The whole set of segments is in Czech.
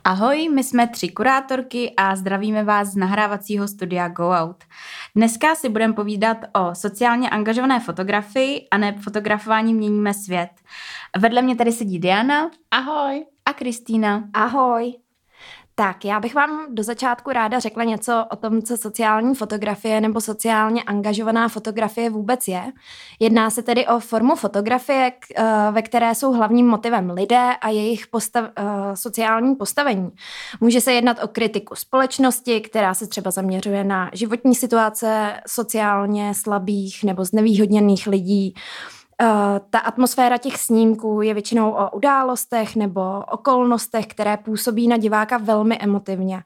Ahoj, my jsme 3 kurátorky a zdravíme vás z nahrávacího studia Go Out. Dneska si budeme povídat o sociálně angažované fotografii a ne fotografování měníme svět. Vedle mě tady sedí Diana. Ahoj. A Kristýna. Ahoj. Tak, já bych vám do začátku ráda řekla něco o tom, co sociální fotografie nebo sociálně angažovaná fotografie vůbec je. Jedná se tedy o formu fotografie, ve které jsou hlavním motivem lidé a jejich sociální postavení. Může se jednat o kritiku společnosti, která se třeba zaměřuje na životní situace sociálně slabých nebo znevýhodněných lidí. Ta atmosféra těch snímků je většinou o událostech nebo okolnostech, které působí na diváka velmi emotivně.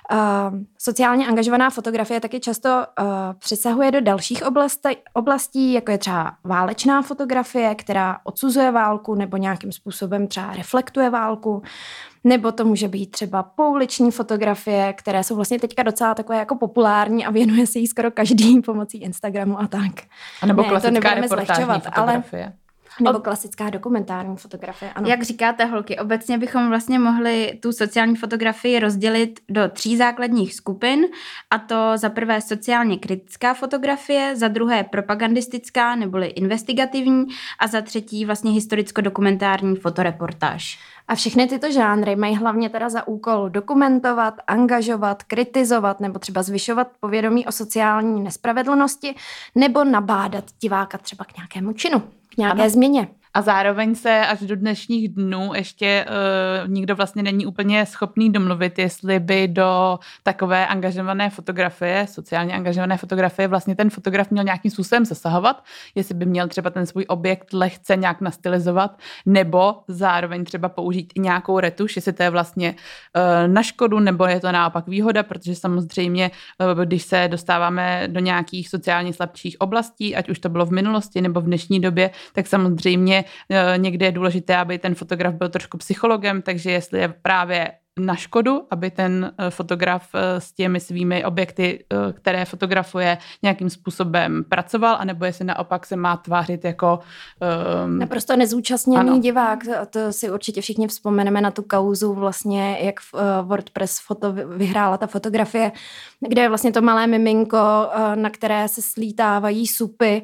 Sociálně angažovaná fotografie taky často přesahuje do dalších oblastí, jako je třeba válečná fotografie, která odsuzuje válku nebo nějakým způsobem třeba reflektuje válku. Nebo to může být třeba pouliční fotografie, které jsou vlastně teďka docela takové jako populární a věnuje se jí skoro každý pomocí Instagramu a tak. A nebo klasická reportážní fotografie. Nebo klasická dokumentární fotografie, ano. Jak říkáte, holky, obecně bychom vlastně mohli tu sociální fotografii rozdělit do 3 základních skupin, a to za prvé sociálně kritická fotografie, za druhé propagandistická neboli investigativní a za třetí vlastně historicko-dokumentární fotoreportáž. A všechny tyto žánry mají hlavně teda za úkol dokumentovat, angažovat, kritizovat nebo třeba zvyšovat povědomí o sociální nespravedlnosti nebo nabádat diváka třeba k nějakému činu, k nějaké změně. A zároveň se až do dnešních dnů ještě nikdo vlastně není úplně schopný domluvit, jestli by do takové angažované fotografie, sociálně angažované fotografie vlastně ten fotograf měl nějakým způsobem zasahovat, jestli by měl třeba ten svůj objekt lehce nějak nastylizovat, nebo zároveň třeba použít i nějakou retuš, jestli to je vlastně na škodu, nebo je to naopak výhoda, protože samozřejmě, když se dostáváme do nějakých sociálně slabších oblastí, ať už to bylo v minulosti nebo v dnešní době, tak samozřejmě někde je důležité, aby ten fotograf byl trošku psychologem, takže jestli je právě na škodu, aby ten fotograf s těmi svými objekty, které fotografuje, nějakým způsobem pracoval, anebo jestli naopak se má tvářit jako naprosto nezúčastněný divák. To si určitě všichni vzpomeneme na tu kauzu vlastně, jak WordPress foto vyhrála ta fotografie, kde je vlastně to malé miminko, na které se slítávají supy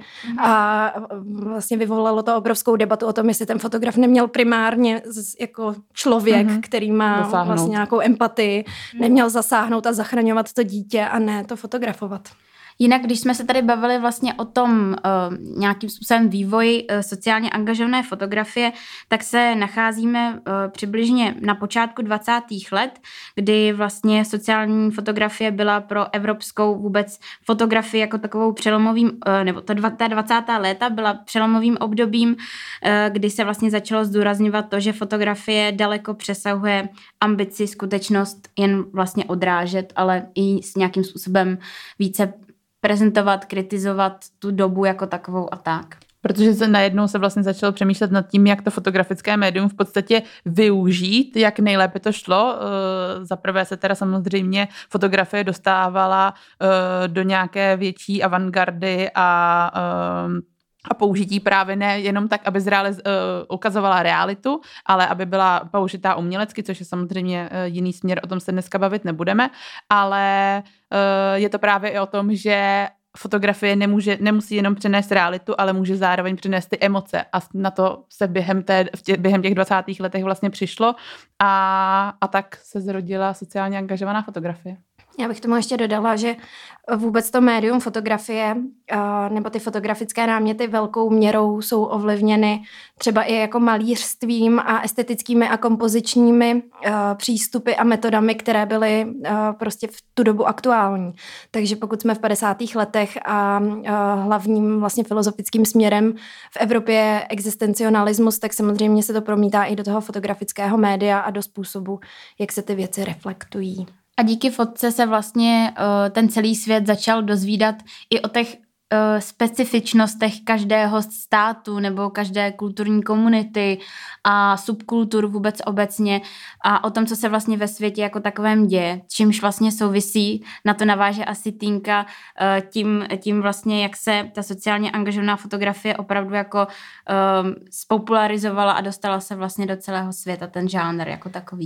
a vlastně vyvolalo to obrovskou debatu o tom, jestli ten fotograf neměl primárně jako člověk, který má vlastně nějakou empatii, neměl zasáhnout a zachraňovat to dítě a ne to fotografovat. Jinak, když jsme se tady bavili vlastně o tom nějakým způsobem vývoji sociálně angažované fotografie, tak se nacházíme přibližně na počátku 20. let, kdy vlastně sociální fotografie byla pro evropskou vůbec fotografii jako takovou přelomovým, nebo ta 20. léta byla přelomovým obdobím, kdy se vlastně začalo zdůrazňovat to, že fotografie daleko přesahuje ambici skutečnost jen vlastně odrážet, ale i s nějakým způsobem více prezentovat, kritizovat tu dobu jako takovou a tak. Protože se najednou se vlastně začalo přemýšlet nad tím, jak to fotografické médium v podstatě využít, jak nejlépe to šlo. Za prvé se teda samozřejmě fotografie dostávala do nějaké větší avantgardy a použití právě ne jenom tak, aby ukazovala realitu, ale aby byla použitá umělecky, což je samozřejmě jiný směr, o tom se dneska bavit nebudeme, ale je to právě i o tom, že fotografie nemusí jenom přenést realitu, ale může zároveň přenést ty emoce a na to se během těch 20. letech vlastně přišlo a tak se zrodila sociálně angažovaná fotografie. Já bych tomu ještě dodala, že vůbec to médium fotografie nebo ty fotografické náměty velkou měrou jsou ovlivněny třeba i jako malířstvím a estetickými a kompozičními přístupy a metodami, které byly prostě v tu dobu aktuální. Takže pokud jsme v 50. letech a hlavním vlastně filozofickým směrem v Evropě je existencionalismus, tak samozřejmě se to promítá i do toho fotografického média a do způsobu, jak se ty věci reflektují. A díky fotce se vlastně ten celý svět začal dozvídat i o těch specifičnostech každého státu nebo každé kulturní komunity a subkultur vůbec obecně a o tom, co se vlastně ve světě jako takovém děje, čímž vlastně souvisí, na to naváže asi Týnka, tím vlastně, jak se ta sociálně angažovaná fotografie opravdu jako spopularizovala a dostala se vlastně do celého světa ten žánr jako takový.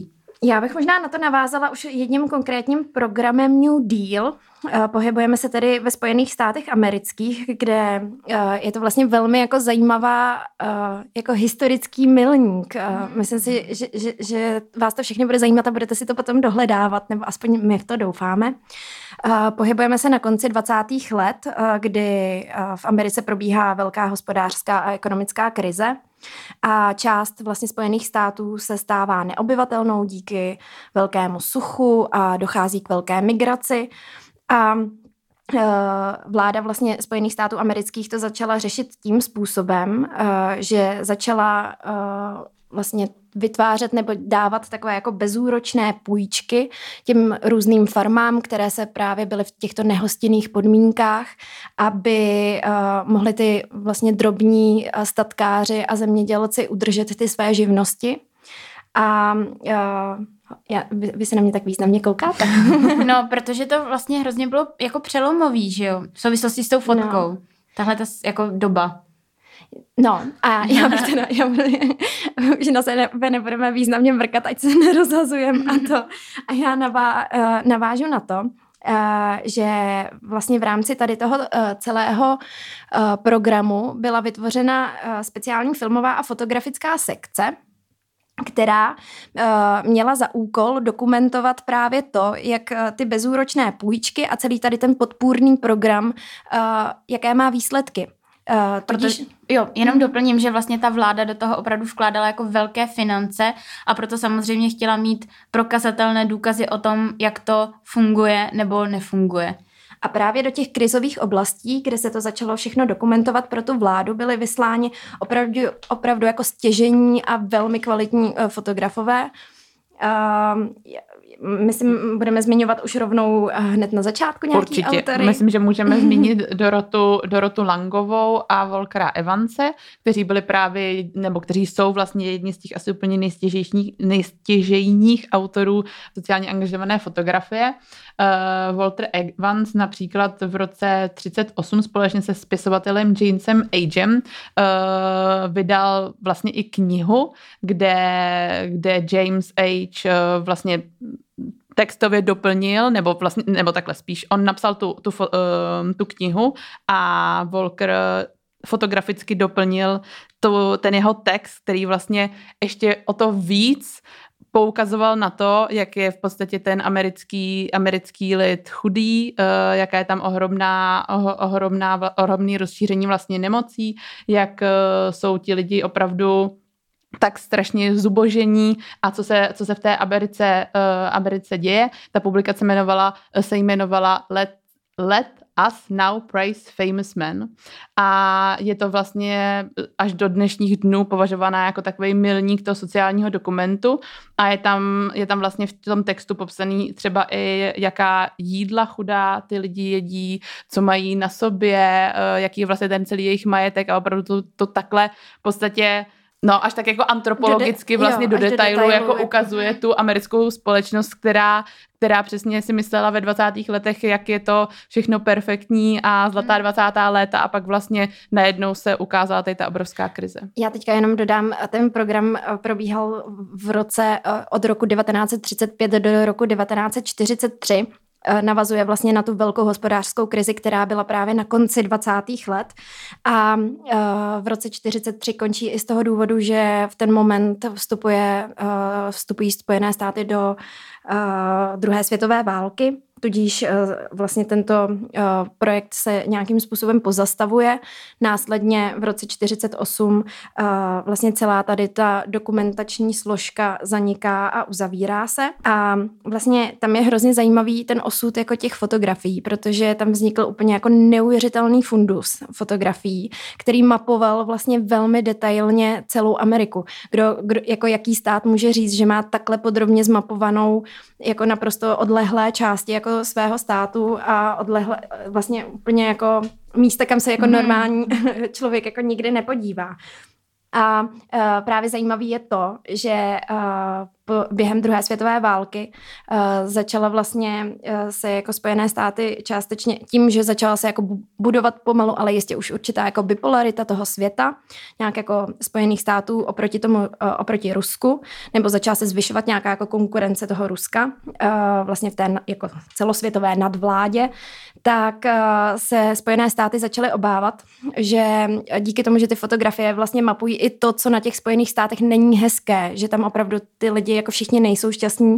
Já bych možná na to navázala už jedním konkrétním programem New Deal. Pohybujeme se tedy ve Spojených státech amerických, kde je to vlastně velmi jako zajímavá jako historický milník. Myslím si, že vás to všechny bude zajímat a budete si to potom dohledávat, nebo aspoň my v to doufáme. Pohybujeme se na konci 20. let, kdy v Americe probíhá velká hospodářská a ekonomická krize. A část vlastně Spojených států se stává neobyvatelnou díky velkému suchu a dochází k velké migraci. A vláda vlastně Spojených států amerických to začala řešit tím způsobem, že začala vlastně vytvářet nebo dávat takové jako bezúročné půjčky těm různým farmám, které se právě byly v těchto nehostinných podmínkách, aby mohli ty vlastně drobní statkáři a zemědělci udržet ty své živnosti. A vy se na mě tak významně koukáte. No, protože to vlastně hrozně bylo jako přelomový, že jo? V souvislosti s tou fotkou. No. Tahle ta jako doba. No a já bych teda, že na sebe nebudeme významně mrkat, ať se nerozhazujeme a já navážu na to, že vlastně v rámci tady toho celého programu byla vytvořena speciální filmová a fotografická sekce, která měla za úkol dokumentovat právě to, jak ty bezúročné půjčky a celý tady ten podpůrný program, jaké má výsledky. Jenom doplním, že vlastně ta vláda do toho opravdu vkládala jako velké finance a proto samozřejmě chtěla mít prokazatelné důkazy o tom, jak to funguje nebo nefunguje. A právě do těch krizových oblastí, kde se to začalo všechno dokumentovat pro tu vládu, byly vysláni opravdu jako stěžení a velmi kvalitní fotografové. Myslím, budeme zmiňovat už rovnou hned na začátku nějaký Určitě. autory. Myslím, že můžeme zmínit Dorotu Langovou a Volkera Evanse, kteří byli právě, nebo kteří jsou vlastně jedni z těch asi úplně nejstěžejních autorů sociálně angažované fotografie. Walter Evans například v roce 1938 společně se spisovatelem Jamesem Agem vydal vlastně i knihu, kde James Age vlastně textově doplnil, nebo takhle spíš, on napsal tu knihu a Volker fotograficky doplnil ten jeho text, který vlastně ještě o to víc poukazoval na to, jak je v podstatě ten americký lid chudý, jaká je tam ohromný rozšíření vlastně nemocí, jak jsou ti lidi opravdu tak strašně zubožení a co se v té Americe děje. Ta publikace se jmenovala Let Us Now Praise Famous Men a je to vlastně až do dnešních dnů považovaná jako takový milník toho sociálního dokumentu a je tam vlastně v tom textu popsaný třeba i jaká jídla chudá ty lidi jedí, co mají na sobě, jaký je vlastně ten celý jejich majetek a opravdu to takhle v podstatě až tak jako antropologicky do detailu jako ukazuje tu americkou společnost, která přesně si myslela ve 20. letech, jak je to všechno perfektní a zlatá 20. léta a pak vlastně najednou se ukázala tady ta obrovská krize. Já teďka jenom dodám, ten program probíhal v roce od roku 1935 do roku 1943. Navazuje vlastně na tu velkou hospodářskou krizi, která byla právě na konci 20. let a v roce 1943 končí i z toho důvodu, že v ten moment vstupují Spojené státy do druhé světové války, tudíž vlastně tento projekt se nějakým způsobem pozastavuje. Následně v roce 1948 vlastně celá tady ta dokumentační složka zaniká a uzavírá se. A vlastně tam je hrozně zajímavý ten osud jako těch fotografií, protože tam vznikl úplně jako neuvěřitelný fundus fotografií, který mapoval vlastně velmi detailně celou Ameriku. Kdo jako jaký stát může říct, že má takhle podrobně zmapovanou jako naprosto odlehlé části jako svého státu a odlehlé vlastně úplně jako místa, kam se jako normální člověk jako nikdy nepodívá. A právě zajímavý je to, že během druhé světové války začala vlastně se jako Spojené státy částečně tím, že začala se jako budovat pomalu, ale jistě už určitá jako bipolarita toho světa, nějak jako Spojených států oproti Rusku, nebo začala se zvyšovat nějaká jako konkurence toho Ruska vlastně v té jako celosvětové nadvládě, tak se Spojené státy začaly obávat, že díky tomu, že ty fotografie vlastně mapují i to, co na těch Spojených státech není hezké, že tam opravdu ty lidi jako všichni nejsou šťastní,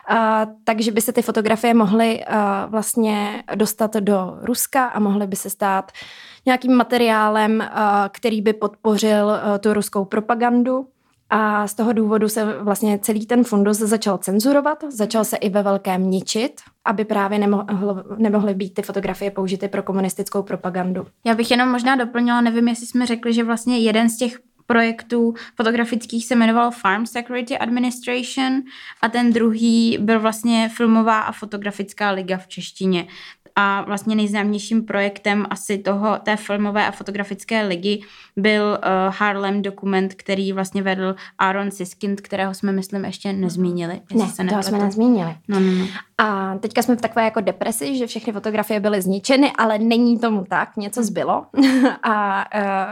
takže by se ty fotografie mohly vlastně dostat do Ruska a mohly by se stát nějakým materiálem, který by podpořil tu ruskou propagandu. A z toho důvodu se vlastně celý ten fundus začal cenzurovat, začal se i ve velkém ničit, aby právě nemohly být ty fotografie použity pro komunistickou propagandu. Já bych jenom možná doplnila, nevím, jestli jsme řekli, že vlastně jeden z těch projektů fotografických se jmenoval Farm Security Administration a ten druhý byl vlastně Filmová a fotografická liga v češtině. A vlastně nejznámějším projektem asi té filmové a fotografické ligy byl Harlem dokument, který vlastně vedl Aaron Siskind, kterého jsme, myslím, ještě nezmínili. Ne, toho jsme nezmínili. No. A teďka jsme v takové jako depresi, že všechny fotografie byly zničeny, ale není tomu tak, něco zbylo. A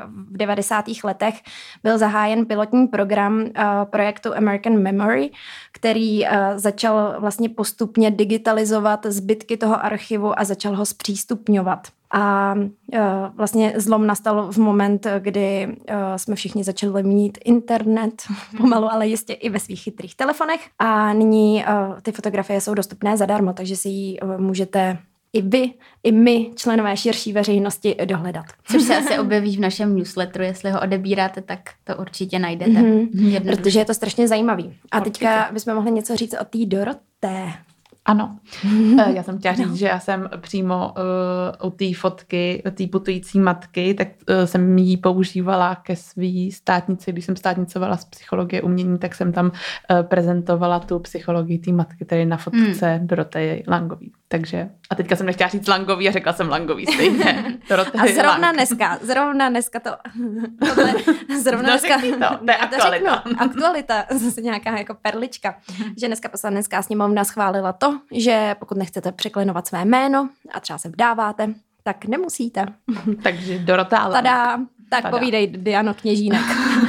v 90. letech byl zahájen pilotní program projektu American Memory, který začal vlastně postupně digitalizovat zbytky toho archivu a začal ho zpřístupňovat. A vlastně zlom nastal v moment, kdy jsme všichni začali mít internet, pomalu, ale jistě i ve svých chytrých telefonech. A nyní ty fotografie jsou dostupné zadarmo, takže si ji můžete i vy, i my, členové širší veřejnosti, dohledat. Což se asi objeví v našem newsletteru, jestli ho odebíráte, tak to určitě najdete. Protože je to strašně zajímavý. A teďka bychom mohli něco říct o té Doroté. Ano, já jsem chtěla říct, že já jsem přímo u té fotky, té putující matky, tak jsem ji používala ke svý státnici. Když jsem státnicovala z psychologie umění, tak jsem tam prezentovala tu psychologii té matky, tady na fotce Doroteje Langový. Takže, a teďka jsem nechtěla říct Langový a řekla jsem Langový stejně. A zrovna dneska to je aktualita. Aktualita, zase nějaká jako perlička, že dneska Poslanecká sněmovna schválila to, že pokud nechcete překlenovat své jméno a třeba se vdáváte, tak nemusíte. Takže Dorota Lang. Tada, tak povídej, Diano Kněžínek.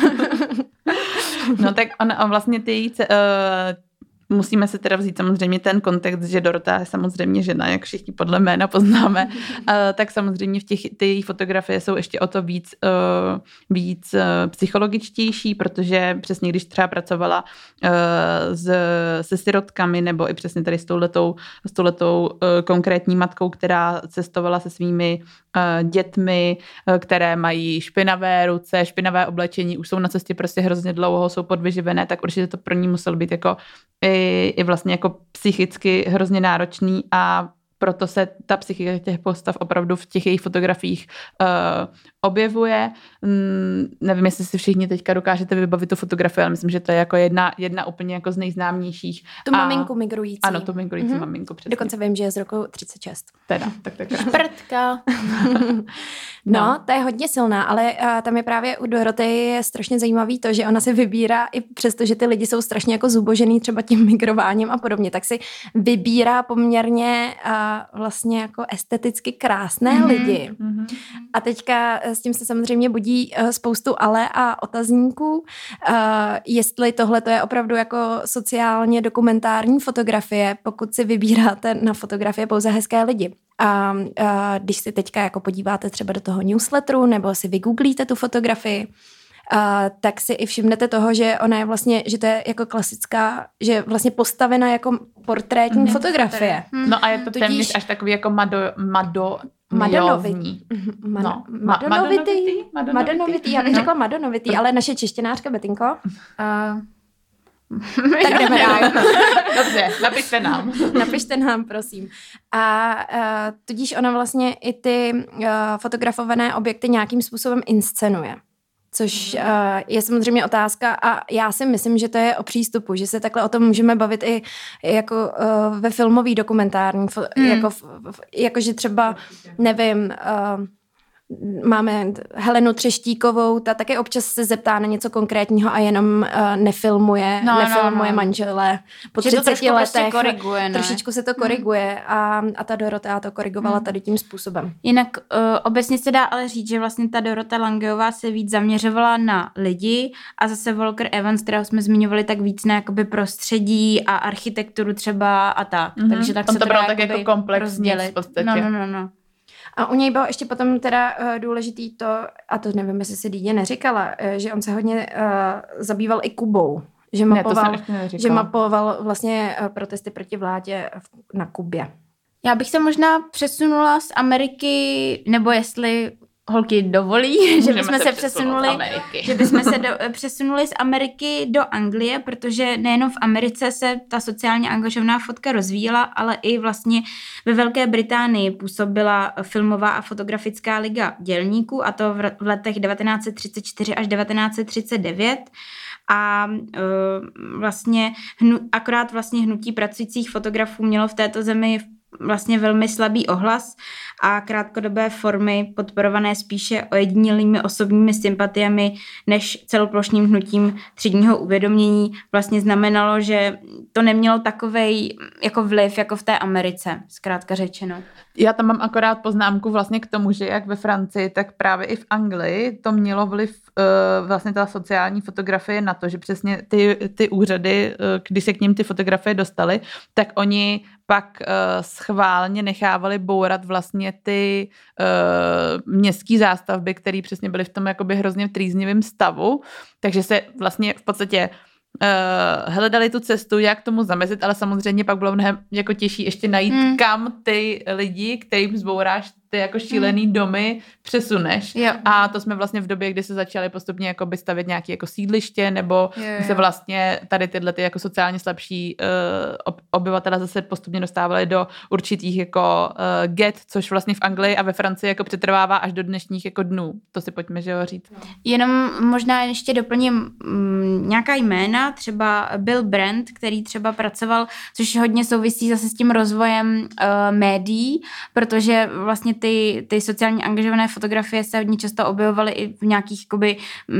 No tak ona vlastně musíme se teda vzít samozřejmě ten kontext, že Dorota je samozřejmě žena, jak všichni podle jména poznáme, tak samozřejmě v ty fotografie jsou ještě o to víc psychologičtější, protože přesně když třeba pracovala se sirotkami nebo i přesně tady s touhletou konkrétní matkou, která cestovala se svými dětmi, které mají špinavé ruce, špinavé oblečení, už jsou na cestě prostě hrozně dlouho, jsou podvyživené, tak určitě to pro ní muselo být jako i vlastně jako psychicky hrozně náročný a proto se ta psychika těch postav opravdu v těch jejich fotografiích objevuje. Nevím, jestli si všichni teďka dokážete vybavit tu fotografii, ale myslím, že to je jako jedna úplně jako z nejznámějších. Tu maminku migrující. Ano, tu migrující maminku. Přesně. Dokonce vím, že je z roku 36. Teda, tak. Šprtka. No, to je hodně silná, ale tam je právě u Doroty je strašně zajímavý to, že ona si vybírá, i přesto, že ty lidi jsou strašně jako zubožený třeba tím migrováním a podobně, tak si vybírá poměrně vlastně jako esteticky krásné lidi. A teďka s tím se samozřejmě budí spoustu ale a otazníků, jestli tohle to je opravdu jako sociálně dokumentární fotografie, pokud si vybíráte na fotografie pouze hezké lidi. A když si teďka jako podíváte třeba do toho newsletteru nebo si vygooglíte tu fotografii, tak si i všimnete toho, že ona je vlastně, že to je jako klasická, že je vlastně postavena jako portrétní fotografie. No a je to téměř až takový jako Madonovitý. Madonovitý, já bych řekla Madonovitý, ale naše češtinářka Betinko. Tak jdeme dál. Dobře, napište nám, prosím. A tudíž ona vlastně i ty fotografované objekty nějakým způsobem inscenuje. Což je samozřejmě otázka a já si myslím, že to je o přístupu, že se takhle o tom můžeme bavit i jako ve filmový dokumentární, jako že třeba, nevím, máme Helenu Třeštíkovou, ta taky občas se zeptá na něco konkrétního a jenom nefilmuje manžele po 30 letech. Koriguje, trošičku se to koriguje a ta Dorota to korigovala tady tím způsobem. Jinak obecně se dá ale říct, že vlastně ta Dorota Langeová se víc zaměřovala na lidi a zase Volker Evans, kterého jsme zmiňovali, tak víc na jakoby prostředí a architekturu třeba a tak. Takže tak on se to bral dá tak jako komplexně v podstatě. No. A u něj bylo ještě potom teda důležitý to, a to nevím, jestli si Dítě neříkala, že on se hodně zabýval i Kubou. Že mapoval vlastně protesty proti vládě na Kubě. Já bych se možná přesunula z Ameriky, nebo jestli holky dovolí, že bychom se přesunuli z Ameriky do Anglie, protože nejenom v Americe se ta sociálně angažovaná fotka rozvíjela, ale i vlastně ve Velké Británii působila filmová a fotografická liga dělníků, a to v letech 1934 až 1939. A akorát vlastně hnutí pracujících fotografů mělo v této zemi vlastně velmi slabý ohlas a krátkodobé formy podporované spíše ojedinělými osobními sympatiemi než celoplošným hnutím třídního uvědomění vlastně znamenalo, že to nemělo takovej jako vliv jako v té Americe, zkrátka řečeno. Já tam mám akorát poznámku vlastně k tomu, že jak ve Francii, tak právě i v Anglii to mělo vliv vlastně ta sociální fotografie na to, že přesně ty úřady, když se k ním ty fotografie dostaly, tak oni pak schválně nechávali bourat vlastně ty městský zástavby, které přesně byly v tom jakoby hrozně trýznivém stavu, takže se vlastně v podstatě hledali tu cestu, jak tomu zamezit, ale samozřejmě pak bylo mnohem jako těžší ještě najít, kam ty lidi, kterým zbouráš ty jako šílený domy, přesuneš. Jo. A to jsme vlastně v době, kdy se začaly postupně jakoby stavět nějaké jako sídliště, nebo se vlastně tady tyhle ty jako sociálně slabší obyvatele zase postupně dostávali do určitých jako get, což vlastně v Anglii a ve Francii jako přetrvává až do dnešních jako dnů. To si pojďme, že ho říct. Jenom možná ještě doplním nějaká jména, třeba Bill Brandt, který třeba pracoval, což hodně souvisí zase s tím rozvojem médií, protože vlastně ty sociálně angažované fotografie se hodně často objevovaly i v nějakých jakoby,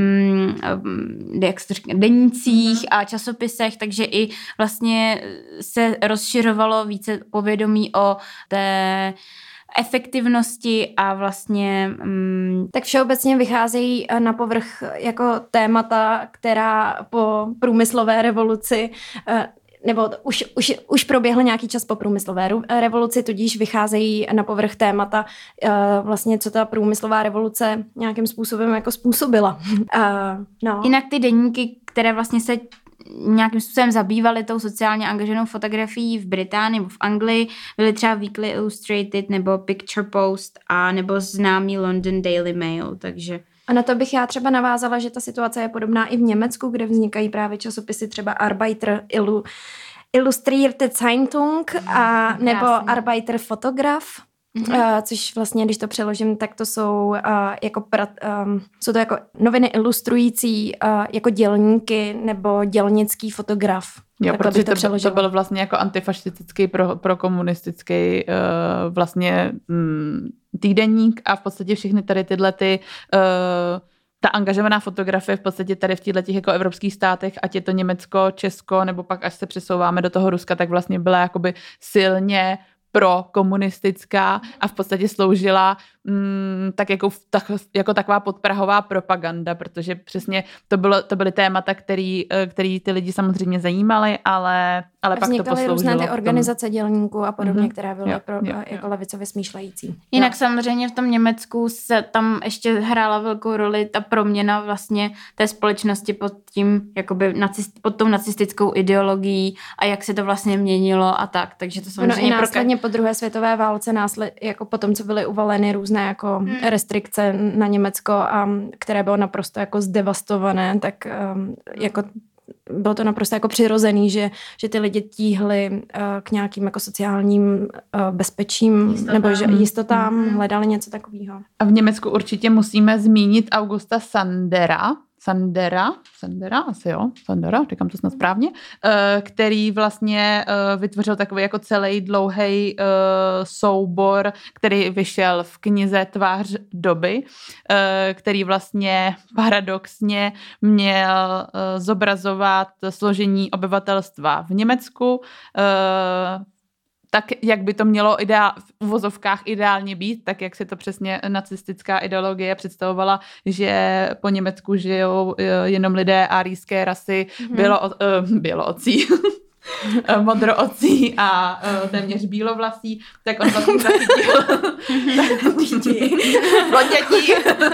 denících a časopisech, takže i vlastně se rozšiřovalo více povědomí o té efektivnosti a vlastně... Tak všeobecně vycházejí na povrch jako témata, která po průmyslové revoluci nebo už proběhl nějaký čas po průmyslové revoluci, tudíž vycházejí na povrch témata vlastně, co ta průmyslová revoluce nějakým způsobem jako způsobila. No. Jinak ty deníky, které vlastně se nějakým způsobem zabývaly tou sociálně angažovanou fotografií v Británii nebo v Anglii, byly třeba Weekly Illustrated nebo Picture Post a nebo známý London Daily Mail, takže... A na to bych já třeba navázala, že ta situace je podobná i v Německu, kde vznikají právě časopisy třeba Arbeiter Illustrierte Zeitung a nebo Arbeiter Fotograf, což vlastně, když to přeložím, tak to jsou jsou to jako noviny ilustrující jako dělníky nebo dělnický fotograf. Jo, protože to byl vlastně jako antifašistický pro komunistický vlastně týdeník a v podstatě všechny tady tyhle ta angažovaná fotografie v podstatě tady v těchto jako evropských státech, ať je to Německo, Česko, nebo pak až se přesouváme do toho Ruska, tak vlastně byla jakoby silně prokomunistická a v podstatě sloužila jako taková podprahová propaganda, protože přesně to byly témata, který ty lidi samozřejmě zajímaly, ale pak to posloužilo. Vznikaly různé ty organizace dělníků a podobně, které byly jako levicově smýšlející. Jinak samozřejmě v tom Německu se tam ještě hrála velkou roli ta proměna vlastně té společnosti pod tím, jakoby pod tou nacistickou ideologií a jak se to vlastně měnilo a tak, takže to samozřejmě... No i následně po druhé světové válce jako potom, co byly uvaleny různé jako restrikce na Německo, které bylo naprosto jako zdevastované, tak jako bylo to naprosto jako přirozený, že ty lidi tíhli k nějakým jako sociálním bezpečím nebo jistotám, hledali něco takového. A v Německu určitě musíme zmínit Augusta Sandera, asi jo, Sandera, říkám to snad správně, který vlastně vytvořil takový jako celý dlouhý soubor, který vyšel v knize Tvář doby, který vlastně paradoxně měl zobrazovat složení obyvatelstva v Německu, tak, jak by to mělo v uvozovkách ideálně být, tak jak si to přesně nacistická ideologie představovala, že po Německu žijou jenom lidé árijské rasy, běloocí, modroocí a téměř bílovlasí, tak on vlastně zachytil blondětí.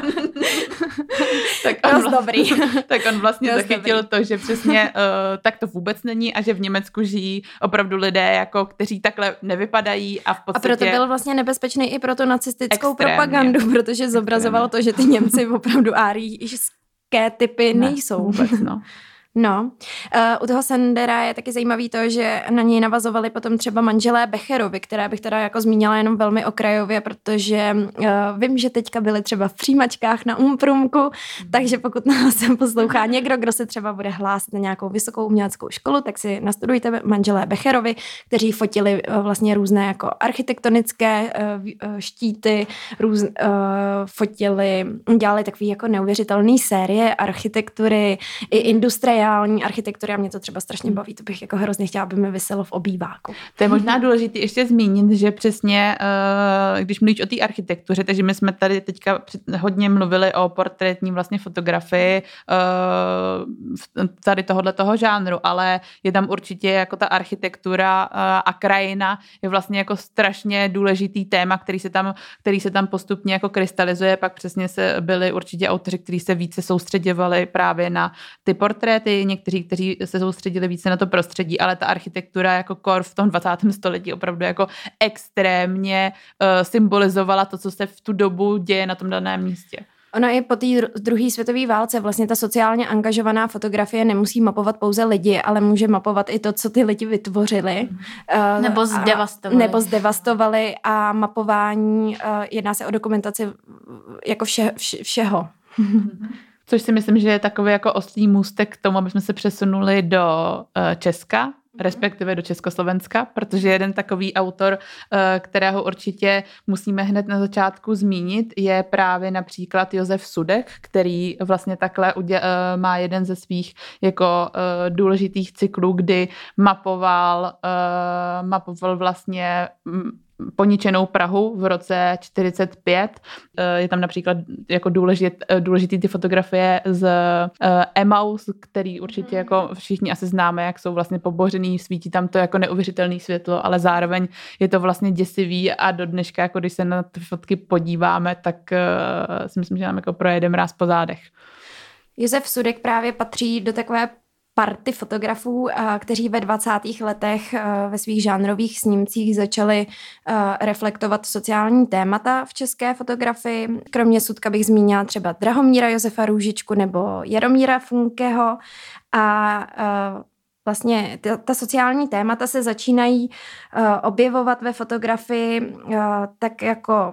Tak on vlastně zachytil to, že přesně tak to vůbec není a že v Německu žijí opravdu lidé, jako kteří takhle nevypadají a v podstatě... A proto byl vlastně nebezpečný i pro tu nacistickou propagandu, protože zobrazoval to, že ty Němci opravdu árijské typy nejsou. Vůbec, no. No, u toho Sandera je taky zajímavý to, že na něj navazovali potom třeba manželé Becherovi, které bych teda jako zmínila jenom velmi okrajově, protože vím, že teďka byli třeba v přijímačkách na Umprumku, takže pokud nás poslouchá někdo, kdo se třeba bude hlásit na nějakou vysokou uměleckou školu, tak si nastudujte manželé Becherovi, kteří fotili vlastně různé jako architektonické štíty, dělali takový jako neuvěřitelný série architektury i industriální architektury a mě to třeba strašně baví, to bych jako hrozně chtěla, aby mi viselo v obýváku. To je možná důležité ještě zmínit, že přesně, když mluvíš o té architektuře, takže my jsme tady teďka hodně mluvili o portrétní vlastně fotografii tady tohoto žánru, ale je tam určitě jako ta architektura a krajina je vlastně jako strašně důležitý téma, který se tam postupně jako krystalizuje, pak přesně byli určitě autoři, kteří se více soustředěvali právě na ty portréty, někteří, kteří se soustředili více na to prostředí, ale ta architektura jako kor v tom 20. století opravdu jako extrémně symbolizovala to, co se v tu dobu děje na tom daném místě. Ono i po té druhé světové válce vlastně ta sociálně angažovaná fotografie nemusí mapovat pouze lidi, ale může mapovat i to, co ty lidi vytvořili. Nebo zdevastovali a mapování, jedná se o dokumentaci jako všeho. Což si myslím, že je takový jako oslý můstek k tomu, aby jsme se přesunuli do Česka, respektive do Československa, protože jeden takový autor, kterého určitě musíme hned na začátku zmínit, je právě například Josef Sudek, který vlastně takhle má jeden ze svých jako důležitých cyklů, kdy mapoval vlastně poničenou Prahu v roce 45. Je tam například jako důležitý ty fotografie z Emaus, který určitě jako všichni asi známe, jak jsou vlastně pobořený, svítí tam to jako neuvěřitelné světlo, ale zároveň je to vlastně děsivý a do dneška, jako když se na ty fotky podíváme, tak si myslím, že nám jako projede mráz po zádech. Josef Sudek právě patří do takové party fotografů, kteří ve 20. letech ve svých žánrových snímcích začali reflektovat sociální témata v české fotografii. Kromě Sudka bych zmínila třeba Drahomíra Josefa Růžičku nebo Jaromíra Funkeho a vlastně ta sociální témata se začínají objevovat ve fotografii tak jako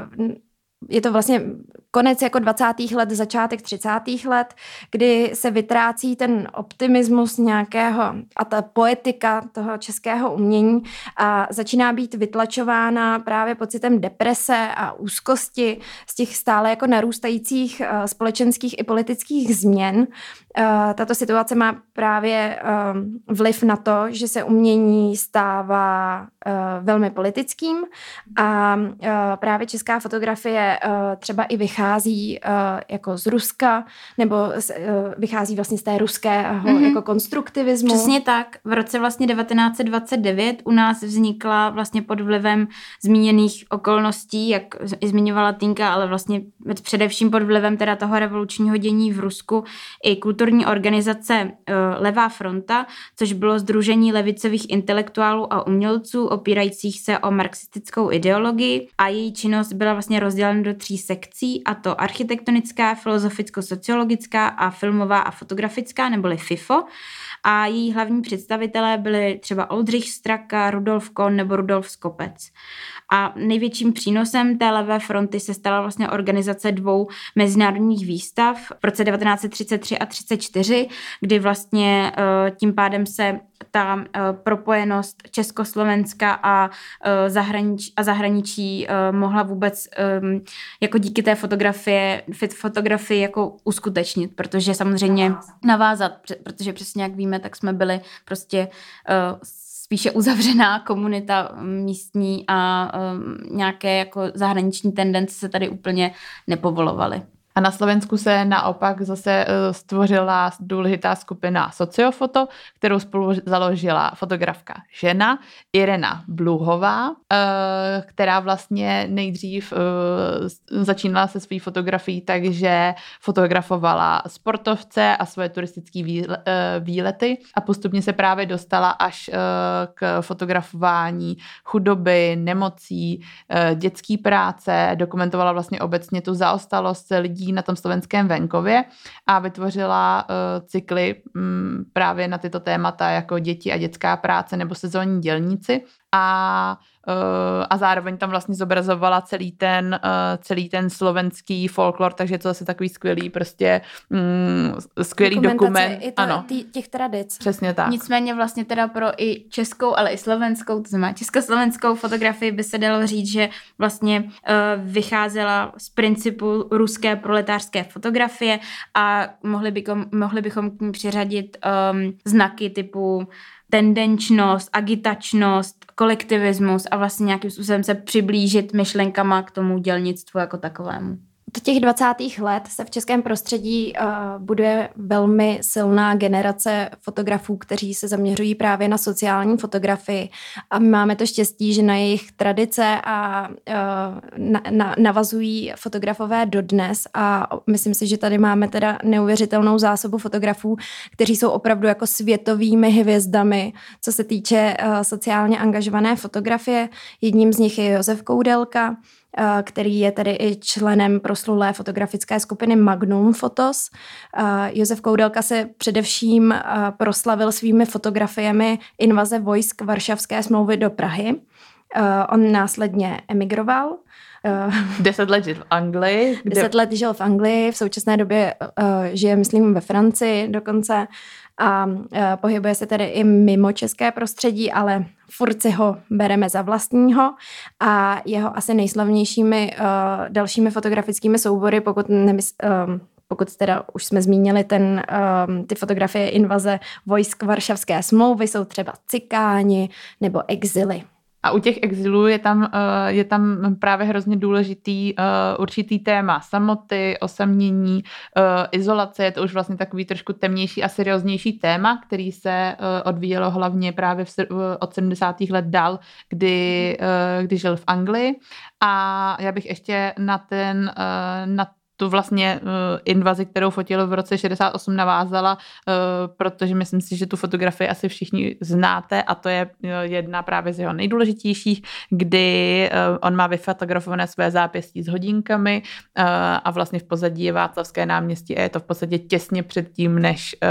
je to vlastně konec jako 20. let, začátek 30. let, kdy se vytrácí ten optimismus nějakého a ta poetika toho českého umění a začíná být vytlačována právě pocitem deprese a úzkosti z těch stále jako narůstajících společenských i politických změn. Tato situace má právě vliv na to, že se umění stává velmi politickým a právě česká fotografie třeba i vychází jako z Ruska, nebo vychází vlastně z té ruského jako konstruktivismu. Přesně tak. V roce vlastně 1929 u nás vznikla vlastně pod vlivem zmíněných okolností, jak i zmiňovala Tinka, ale vlastně především pod vlivem teda toho revolučního dění v Rusku i kulturní organizace Levá fronta, což bylo sdružení levicových intelektuálů a umělců opírajících se o marxistickou ideologii a její činnost byla vlastně rozdělena rozdělen do 3 sekcí, a to architektonická, filozoficko-sociologická a filmová a fotografická, neboli FIFO. A její hlavní představitelé byli třeba Oldřich Straka, Rudolf Kohn nebo Rudolf Skopec. A největším přínosem té levé fronty se stala vlastně organizace 2 mezinárodních výstav v roce 1933 a 1934, kdy vlastně tím pádem se ta propojenost Československa a zahraničí mohla vůbec jako díky té fotografii jako uskutečnit, protože samozřejmě navázat, protože přesně jak víme, tak jsme byli prostě spíše uzavřená komunita místní a nějaké jako zahraniční tendence se tady úplně nepovolovaly. A na Slovensku se naopak zase stvořila důležitá skupina Sociofoto, kterou spolu založila fotografka žena Irena Bluhová, která vlastně nejdřív začínala se svou fotografií, takže fotografovala sportovce a svoje turistické výlety a postupně se právě dostala až k fotografování chudoby, nemocí, dětské práce, dokumentovala vlastně obecně tu zaostalost lidí na tom slovenském venkově a vytvořila cykly právě na tyto témata jako děti a dětská práce nebo sezónní dělníci a zároveň tam vlastně zobrazovala celý ten slovenský folklor, takže to zase takový skvělý prostě skvělý dokument. Ano. Těch tradic. Přesně tak. Nicméně vlastně teda pro i českou, ale i slovenskou, to znamená československou fotografii by se dalo říct, že vlastně vycházela z principu ruské proletářské fotografie a mohli bychom k ní přiřadit znaky typu tendenčnost, agitačnost, kolektivismus a vlastně nějakým způsobem se přiblížit myšlenkama k tomu dělnictvu jako takovému. Od těch 20. let se v českém prostředí buduje velmi silná generace fotografů, kteří se zaměřují právě na sociální fotografii a my máme to štěstí, že na jejich tradice a navazují fotografové dodnes a myslím si, že tady máme teda neuvěřitelnou zásobu fotografů, kteří jsou opravdu jako světovými hvězdami, co se týče sociálně angažované fotografie. Jedním z nich je Josef Koudelka, který je tedy i členem proslulé fotografické skupiny Magnum Photos. Josef Koudelka se především proslavil svými fotografiemi invaze vojsk Varšavské smlouvy do Prahy. On následně emigroval. 10 let žil v Anglii. 10 let žil v Anglii, v současné době žije, myslím, ve Francii dokonce a pohybuje se tedy i mimo české prostředí, ale furt si ho bereme za vlastního a jeho asi nejslavnějšími dalšími fotografickými soubory, pokud teda už jsme zmínili ty fotografie invaze vojsk Varšavské smlouvy, jsou třeba Cikáni nebo Exily. A u těch exilů je tam právě hrozně důležitý určitý téma samoty, osamění, izolace. Je to už vlastně takový trošku temnější a serióznější téma, který se odvíjelo hlavně právě od 70. let dál, kdy žil v Anglii. A já bych ještě na tu vlastně invazi, kterou fotil v roce 68 navázala, protože myslím si, že tu fotografii asi všichni znáte a to je jedna právě z jeho nejdůležitějších, kdy on má vyfotografované své zápěstí s hodinkami a vlastně v pozadí je Václavské náměstí a je to v podstatě těsně před tím,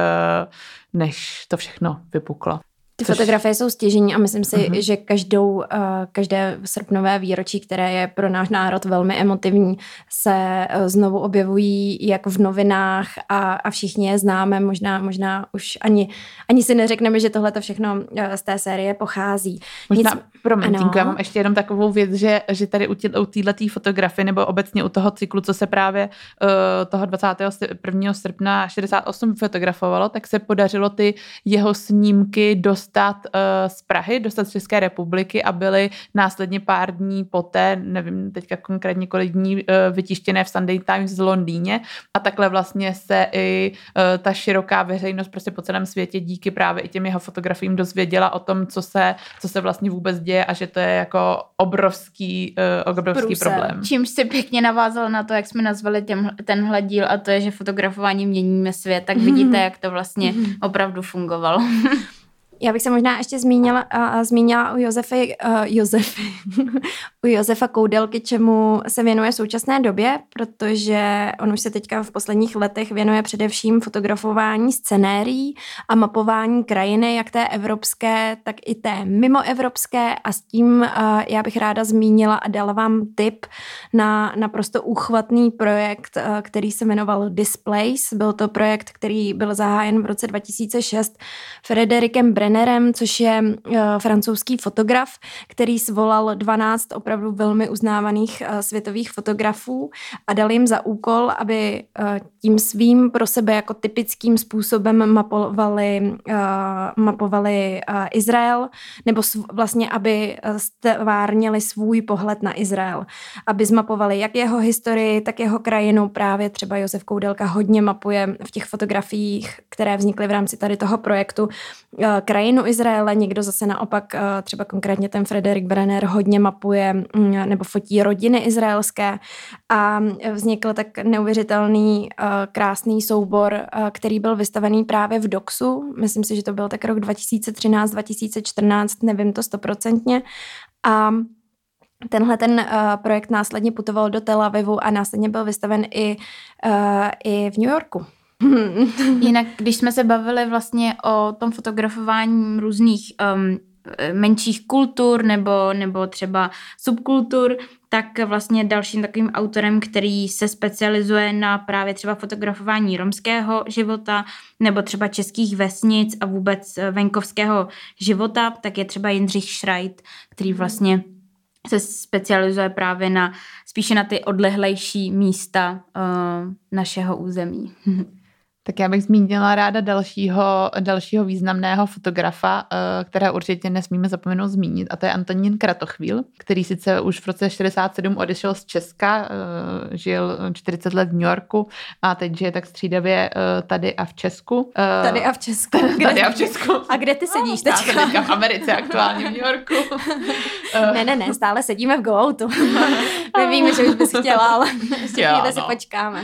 než to všechno vypuklo. Ty fotografie jsou stěžení a myslím si, že každé srpnové výročí, které je pro náš národ velmi emotivní, se znovu objevují jak v novinách a všichni je známe. Možná už ani si neřekneme, že tohle to všechno z té série pochází. Já mám ještě jenom takovou věc, že tady u této fotografie nebo obecně u toho cyklu, co se právě toho 21. srpna 68 fotografovalo, tak se podařilo ty jeho snímky dostat z Prahy, dostat z České republiky a byly následně pár dní poté, nevím teďka konkrétně kolik dní, vytištěné v Sunday Times v Londýně a takhle vlastně se i ta široká veřejnost prostě po celém světě díky právě i těm jeho fotografiím dozvěděla o tom, co se vlastně vůbec děje a že to je jako obrovský problém. Čímž si pěkně navázala na to, jak jsme nazvali tenhle díl a to je, že fotografování měníme svět, tak vidíte, jak to vlastně opravdu fungovalo. Já bych se možná ještě zmínila u Josefa Koudelky, čemu se věnuje v současné době, protože on už se teďka v posledních letech věnuje především fotografování scenérií a mapování krajiny, jak té evropské, tak i té mimoevropské, a s tím já bych ráda zmínila a dala vám tip na naprosto úchvatný projekt, který se jmenoval Displays. Byl to projekt, který byl zahájen v roce 2006 Frederikem Brennerem, což je francouzský fotograf, který svolal 12 opravdu velmi uznávaných světových fotografů a dal jim za úkol, aby tím svým pro sebe jako typickým způsobem mapovali Izrael, nebo vlastně, aby stvárnili svůj pohled na Izrael. Aby zmapovali jak jeho historii, tak jeho krajinu. Právě třeba Josef Koudelka hodně mapuje v těch fotografiích, které vznikly v rámci tady toho projektu, krajinu Izraele. Někdo zase naopak, třeba konkrétně ten Frederik Brenner, hodně mapuje nebo fotí rodiny izraelské, a vznikl tak neuvěřitelný krásný soubor, který byl vystavený právě v Doxu. Myslím si, že to byl tak rok 2013-2014, nevím to 100%. A tenhle projekt následně putoval do Tel Avivu a následně byl vystaven i v New Yorku. Jinak, když jsme se bavili vlastně o tom fotografování různých menších kultur nebo třeba subkultur, tak vlastně dalším takovým autorem, který se specializuje na právě třeba fotografování romského života nebo třeba českých vesnic a vůbec venkovského života, tak je třeba Jindřich Schreit, který vlastně se specializuje právě spíše na ty odlehlejší místa našeho území. Tak já bych zmínila ráda dalšího významného fotografa, které určitě nesmíme zapomenout zmínit, a to je Antonín Kratochvíl, který sice už v roce 67 odešel z Česka, žil 40 let v New Yorku a teď žije tak střídavě tady a v Česku. Tady a v Česku. Tady a v Česku. A kde ty sedíš teďka? Já jsem teďka v Americe, aktuálně v New Yorku. Ne, stále sedíme v Go-Outu. My víme, že už bys chtěla, ale chvíli si počkáme.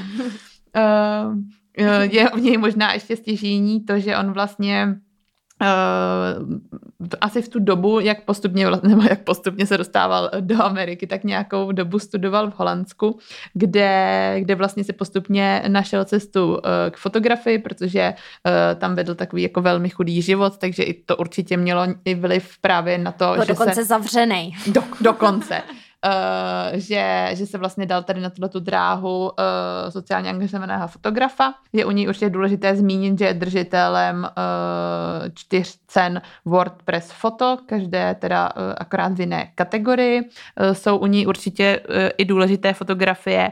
Je v něj možná ještě stěžejní to, že on vlastně asi v tu dobu, jak postupně se dostával do Ameriky, tak nějakou dobu studoval v Holandsku, kde vlastně se postupně našel cestu k fotografii, protože tam vedl takový jako velmi chudý život, takže i to určitě mělo i vliv právě na to, že dokonce zavřenej. Dokonce. Že se vlastně dal tady na tuto dráhu sociálně angažovaného fotografa. Je u něj určitě důležité zmínit, že je držitelem 4 cen WordPress Photo, každé teda akorát v jiné kategorii. Jsou u něj určitě i důležité fotografie,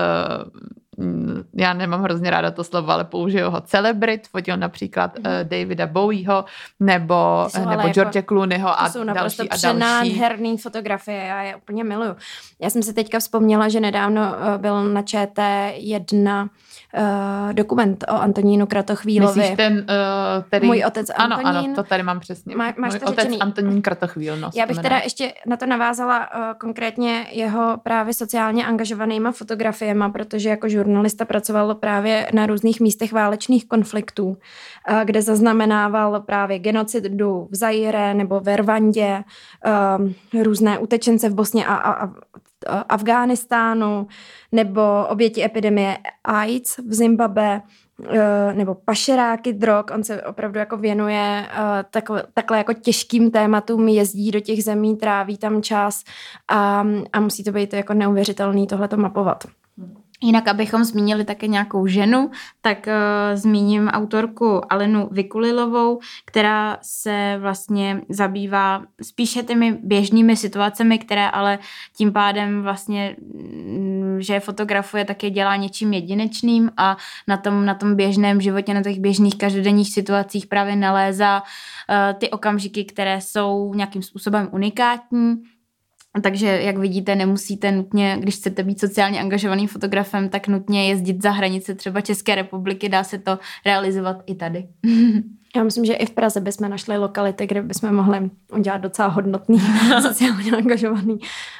já nemám hrozně ráda to slovo, ale použiju ho, celebrit, fotil například Davida Bowieho nebo George Clooneyho a další. To jsou naprosto přenádherný fotografie, já je úplně miluju. Já jsem si teďka vzpomněla, že nedávno byl na ČT1 dokument o Antonínu Kratochvílovi. Myslíš ten, Můj otec Antonín? Ano, to tady mám přesně. Máš Můj to otec řečený. Antonín Kratochvíl. No, já bych teda ještě na to navázala konkrétně jeho právě sociálně angažovanýma fotografiema, protože jako žurnalista pracoval právě na různých místech válečných konfliktů, kde zaznamenával právě genocidu v Zaire nebo ve Rwandě, různé utečence v Bosně a Afghánistánu, nebo oběti epidemie AIDS v Zimbabwe, nebo pašeráky drog. On se opravdu jako věnuje takhle jako těžkým tématům, jezdí do těch zemí, tráví tam čas a musí to být jako neuvěřitelný tohleto mapovat. Jinak, abychom zmínili také nějakou ženu, tak zmíním autorku Alenu Vikulilovou, která se vlastně zabývá spíše těmi běžnými situacemi, které ale tím pádem vlastně, že fotografuje, také dělá něčím jedinečným a na tom běžném životě, na těch běžných každodenních situacích právě nalézá ty okamžiky, které jsou nějakým způsobem unikátní. Takže, jak vidíte, nemusíte nutně, když chcete být sociálně angažovaným fotografem, tak nutně jezdit za hranice třeba České republiky, dá se to realizovat i tady. Já myslím, že i v Praze bychom našli lokality, kde bychom mohli udělat docela hodnotný sociálně angažovaný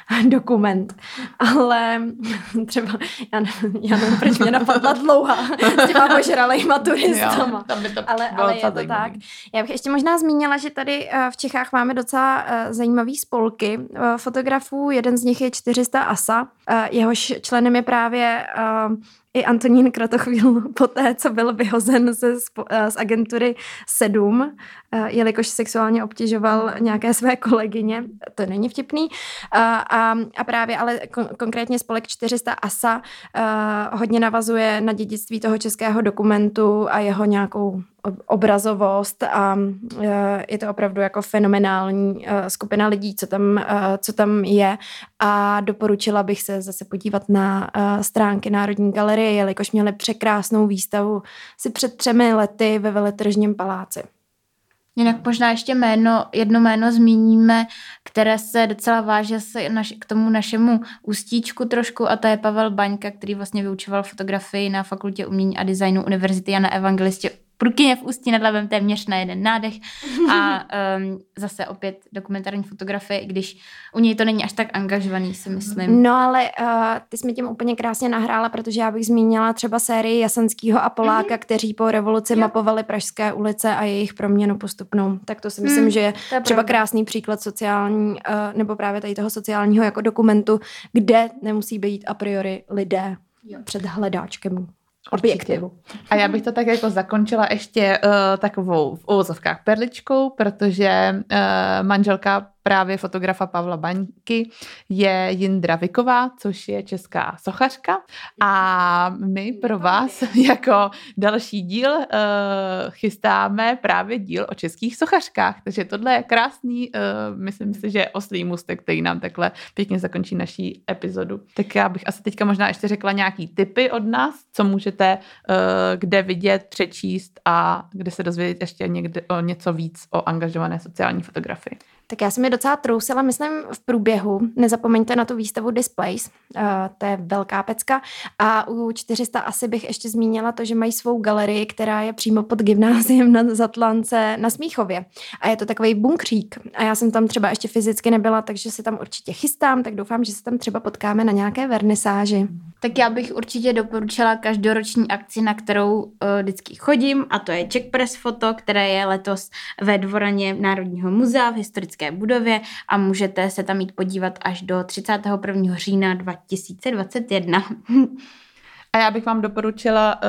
dokument. Ale třeba, já nevím, proč mě napadla dlouhá s těma ožralejma turistama. Ale je to tak. Já bych ještě možná zmínila, že tady v Čechách máme docela zajímavý spolky fotografů. Jeden z nich je 400 ASA. Jehož členem je právě i Antonín Kratochvíl poté, co byl vyhozen z agentury 7, jelikož sexuálně obtěžoval nějaké své kolegyně. To není vtipný. A právě ale konkrétně spolek 400 ASA hodně navazuje na dědictví toho českého dokumentu a jeho nějakou obrazovost a je to opravdu jako fenomenální skupina lidí, co tam je a doporučila bych se zase podívat na stránky Národní galerie, jelikož měli překrásnou výstavu si před 3 lety ve Veletržním paláci. Jinak možná ještě jedno jméno zmíníme, které se docela váže k tomu našemu ústíčku trošku, a to je Pavel Baňka, který vlastně vyučoval fotografii na Fakultě umění a designu Univerzity Jana Evangelisty Purkyně v Ústí nad Labem, téměř na jeden nádech a zase opět dokumentární fotografie, i když u něj to není až tak angažovaný, si myslím. No ale ty jsi mi tím úplně krásně nahrála, protože já bych zmínila třeba sérii Jasanskýho a Poláka, kteří po revoluci mapovali pražské ulice a jejich proměnu postupnou. Tak to si myslím, že je třeba krásný příklad sociální, nebo právě tady toho sociálního jako dokumentu, kde nemusí být a priori lidé před hledáčkem objektivu. A já bych to tak jako zakončila ještě takovou v uvozovkách perličkou, protože manželka právě fotografa Pavla Baňky je Jindra Viková, což je česká sochařka a my pro vás jako další díl chystáme právě díl o českých sochařkách, takže tohle je krásný, myslím si, že oslý můstek, který nám takhle pěkně zakončí naší epizodu. Tak já bych asi teďka možná ještě řekla nějaký tipy od nás, co můžete kde vidět, přečíst a kde se dozvědět ještě někde o něco víc o angažované sociální fotografii. Tak já jsem je docela trousila, myslím, v průběhu. Nezapomeňte na tu výstavu Displays, to je velká pecka. A u 400 asi bych ještě zmínila to, že mají svou galerii, která je přímo pod gymnáziem na Zatlance na Smíchově. A je to takovej bunkřík. A já jsem tam třeba ještě fyzicky nebyla, takže se tam určitě chystám, tak doufám, že se tam třeba potkáme na nějaké vernisáži. Tak já bych určitě doporučila každoroční akci, na kterou vždycky chodím, a to je Czech Press Photo, které je letos ve Dvoraně Národního muzea v historické budově a můžete se tam jít podívat až do 31. října 2021. A já bych vám doporučila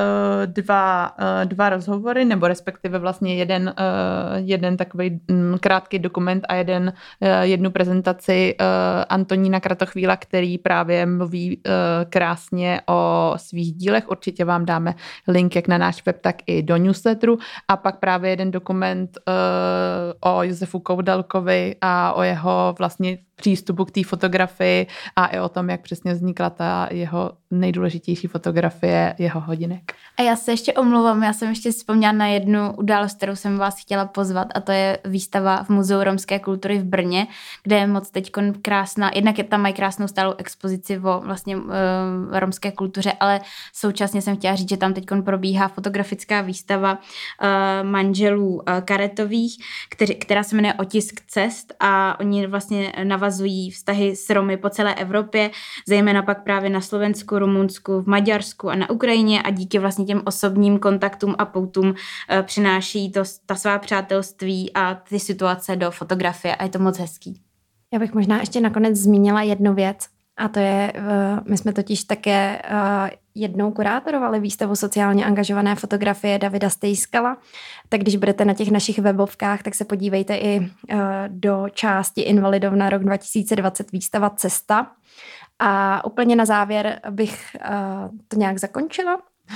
dva rozhovory, nebo respektive vlastně jeden takový krátký dokument a jednu prezentaci Antonína Kratochvíla, který právě mluví krásně o svých dílech. Určitě vám dáme link jak na náš web, tak i do newsletteru. A pak právě jeden dokument o Josefu Koudelkovi a o jeho vlastně přístupu k té fotografii a i o tom, jak přesně vznikla ta jeho nejdůležitější fotografie, jeho hodinek. A já se ještě omlouvám, já jsem ještě vzpomněla na jednu událost, kterou jsem vás chtěla pozvat, a to je výstava v Muzeu romské kultury v Brně, kde je moc teďkon krásná, jednak je tam mají krásnou stálou expozici o vlastně romské kultuře, ale současně jsem chtěla říct, že tam teďkon probíhá fotografická výstava manželů Karetových, která se jmenuje Otisk cest a oni vlastně navazují vztahy s Romy po celé Evropě, zejména pak právě na Slovensku, Rumunsku, v Maďarsku a na Ukrajině a díky vlastně těm osobním kontaktům a poutům přináší ta svá přátelství a ty situace do fotografie a je to moc hezký. Já bych možná ještě nakonec zmínila jednu věc a to je, my jsme totiž také jednou kurátorovali výstavu sociálně angažované fotografie Davida Stejskala, tak když budete na těch našich webovkách, tak se podívejte i do části Invalidovna rok 2020 výstava Cesta. A úplně na závěr bych to nějak zakončila.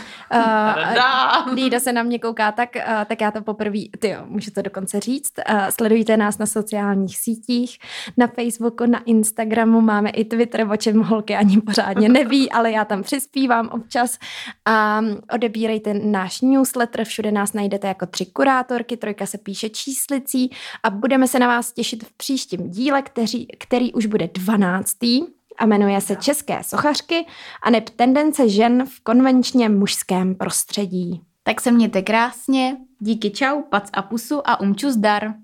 Lída se na mě kouká, tak já to poprvé, můžu to dokonce říct. Sledujte nás na sociálních sítích, na Facebooku, na Instagramu, máme i Twitter, o čem holky ani pořádně neví, ale já tam přispívám občas. A odebírejte náš newsletter, všude nás najdete jako 3 kurátorky, 3 se píše číslicí a budeme se na vás těšit v příštím díle, který už bude 12. a jmenuje se České sochařky a neb tendence žen v konvenčně mužském prostředí. Tak se mějte krásně, díky, čau, pac a pusu a umču zdar.